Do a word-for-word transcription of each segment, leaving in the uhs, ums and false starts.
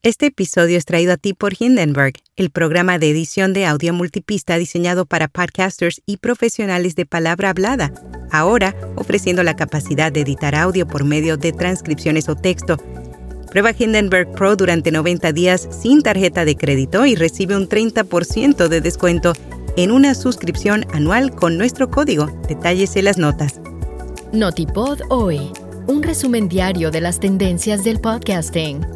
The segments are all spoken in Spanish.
Este episodio es traído a ti por Hindenburg, el programa de edición de audio multipista diseñado para podcasters y profesionales de palabra hablada, ahora ofreciendo la capacidad de editar audio por medio de transcripciones o texto. Prueba Hindenburg Pro durante noventa días sin tarjeta de crédito y recibe un treinta por ciento de descuento en una suscripción anual con nuestro código. Detalles en las notas. Notipod hoy, un resumen diario de las tendencias del podcasting.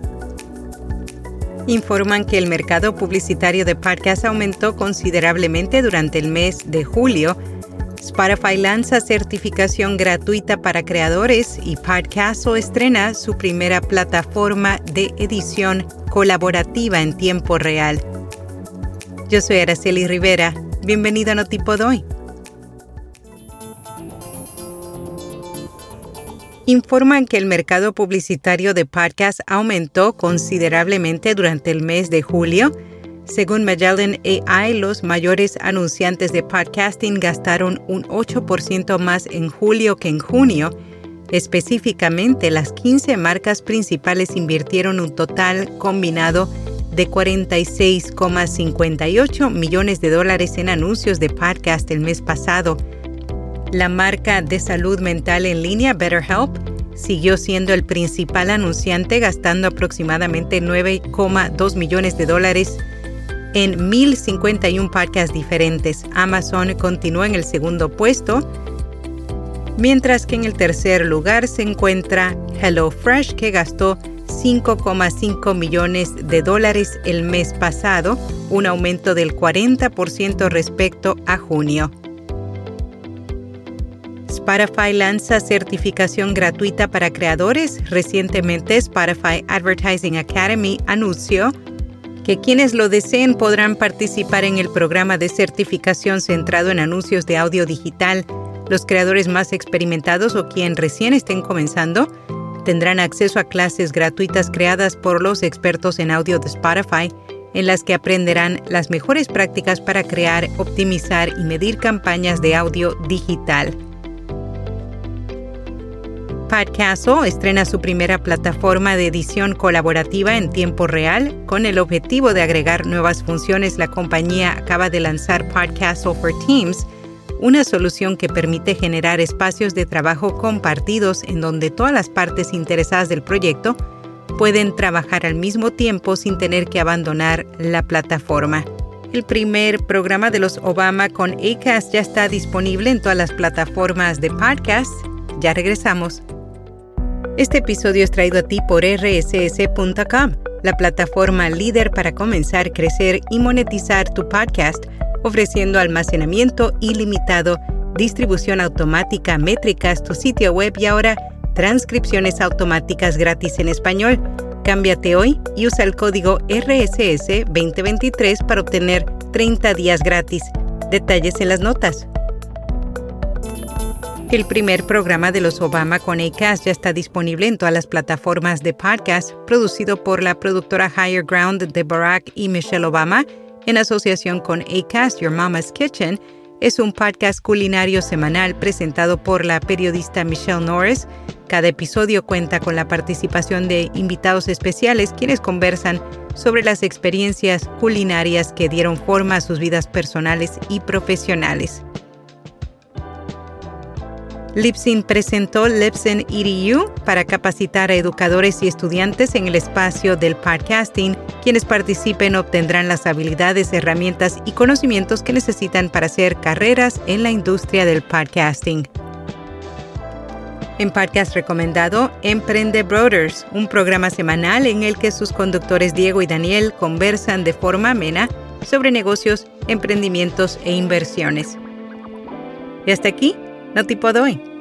Informan que el mercado publicitario de podcast aumentó considerablemente durante el mes de julio. Spotify lanza certificación gratuita para creadores y Podcasto estrena su primera plataforma de edición colaborativa en tiempo real. Yo soy Araceli Rivera. Bienvenido a Notipod hoy. Informan que el mercado publicitario de podcast aumentó considerablemente durante el mes de julio. Según Magellan A I, los mayores anunciantes de podcasting gastaron un ocho por ciento más en julio que en junio. Específicamente, las quince marcas principales invirtieron un total combinado de cuarenta y seis coma cincuenta y ocho millones de dólares en anuncios de podcast el mes pasado. La marca de salud mental en línea BetterHelp siguió siendo el principal anunciante, gastando aproximadamente nueve coma dos millones de dólares en mil cincuenta y uno podcasts diferentes. Amazon continuó en el segundo puesto, mientras que en el tercer lugar se encuentra HelloFresh, que gastó cinco coma cinco millones de dólares el mes pasado, un aumento del cuarenta por ciento respecto a junio. Spotify lanza certificación gratuita para creadores. Recientemente, Spotify Advertising Academy anunció que quienes lo deseen podrán participar en el programa de certificación centrado en anuncios de audio digital. Los creadores más experimentados o quienes recién estén comenzando tendrán acceso a clases gratuitas creadas por los expertos en audio de Spotify, en las que aprenderán las mejores prácticas para crear, optimizar y medir campañas de audio digital. Podcasto estrena su primera plataforma de edición colaborativa en tiempo real. Con el objetivo de agregar nuevas funciones, la compañía acaba de lanzar Podcasto for Teams, una solución que permite generar espacios de trabajo compartidos en donde todas las partes interesadas del proyecto pueden trabajar al mismo tiempo sin tener que abandonar la plataforma. El primer programa de los Obama con Acast ya está disponible en todas las plataformas de podcast. Ya regresamos. Este episodio es traído a ti por R S S punto com, la plataforma líder para comenzar, crecer y monetizar tu podcast, ofreciendo almacenamiento ilimitado, distribución automática, métricas, tu sitio web y ahora transcripciones automáticas gratis en español. Cámbiate hoy y usa el código R S S veinte veintitrés para obtener treinta días gratis. Detalles en las notas. El primer programa de los Obama con Acast ya está disponible en todas las plataformas de podcast, producido por la productora Higher Ground de Barack y Michelle Obama, en asociación con Acast, Your Mama's Kitchen. Es un podcast culinario semanal presentado por la periodista Michelle Norris. Cada episodio cuenta con la participación de invitados especiales, quienes conversan sobre las experiencias culinarias que dieron forma a sus vidas personales y profesionales. Libsyn presentó Libsyn E D U para capacitar a educadores y estudiantes en el espacio del podcasting. Quienes participen obtendrán las habilidades, herramientas y conocimientos que necesitan para hacer carreras en la industria del podcasting. En podcast recomendado, Emprende Brothers, un programa semanal en el que sus conductores Diego y Daniel conversan de forma amena sobre negocios, emprendimientos e inversiones. Y hasta aquí, Notipod hoy.